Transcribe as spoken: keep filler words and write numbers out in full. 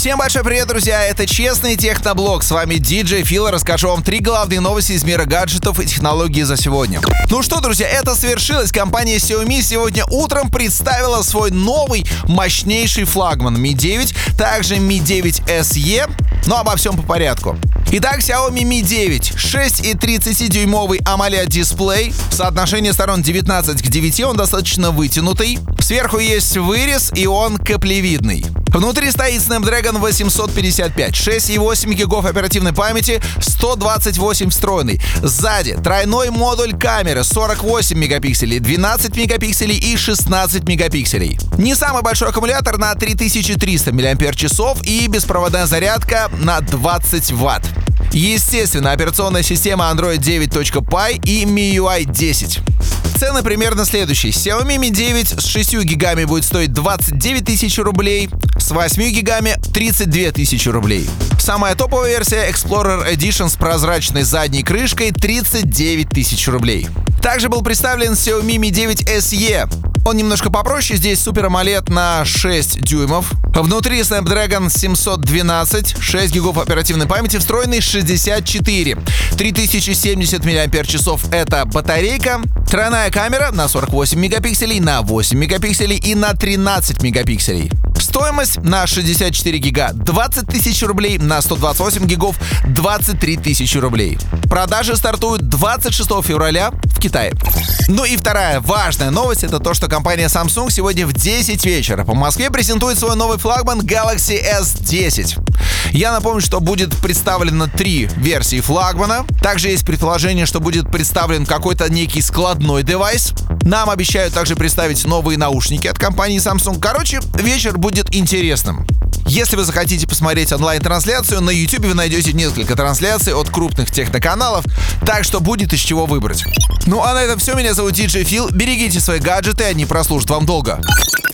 Всем большой привет, друзья! Это Честный Техноблог. С вами диджей Фил. Расскажу вам три главные новости из мира гаджетов и технологий за сегодня. Ну что, друзья, это свершилось. Компания Xiaomi сегодня утром представила свой новый мощнейший флагман Mi девять, также Mi девять эс и. Но обо всем по порядку. Итак, Xiaomi Mi девять. шесть и тридцатидюймовый AMOLED дисплей. Соотношение сторон девятнадцать к девяти, он достаточно вытянутый. Сверху есть вырез, и он каплевидный. Внутри стоит Snapdragon восемьсот пятьдесят пять, шесть и восемь гигов оперативной памяти, сто двадцать восемь встроенный. Сзади тройной модуль камеры, сорок восемь мегапикселей, двенадцать мегапикселей и шестнадцать мегапикселей. Не самый большой аккумулятор на три тысячи триста мАч и беспроводная зарядка на двадцать ватт. Естественно, операционная система Android девять точка пи и эм ай ю ай десять. Цены примерно следующие. Xiaomi Mi девять с шестью гигами будет стоить двадцать девять тысяч рублей, с восьмью гигами тридцать две тысячи рублей. Самая топовая версия Explorer Edition с прозрачной задней крышкой тридцать девять тысяч рублей. Также был представлен Xiaomi Mi девять эс и. Он немножко попроще, здесь Super AMOLED на шесть дюймов. Внутри Snapdragon семьсот двенадцать, шесть гигов оперативной памяти, встроенный шестьдесят четыре. три тысячи семьдесят мАч это батарейка. Тройная камера на сорок восемь мегапикселей, на восемь мегапикселей и на тринадцать мегапикселей. Стоимость на шестьдесят четыре гига двадцать тысяч рублей, на сто двадцать восемь гигов двадцать три тысячи рублей. Продажи стартуют двадцать шестого февраля в Китае. Ну и вторая важная новость — это то, что компания Samsung сегодня в десять вечера по Москве презентует свой новый флагман Galaxy эс десять. Я напомню, что будет представлено три версии флагмана. Также есть предположение, что будет представлен какой-то некий складной девайс. Нам обещают также представить новые наушники от компании Samsung. Короче, вечер будет интересным. Если вы захотите посмотреть онлайн-трансляцию, на YouTube вы найдете несколько трансляций от крупных техноканалов, так что будет из чего выбрать. Ну а на этом все. Меня зовут диджей Фил. Берегите свои гаджеты, они прослужат вам долго.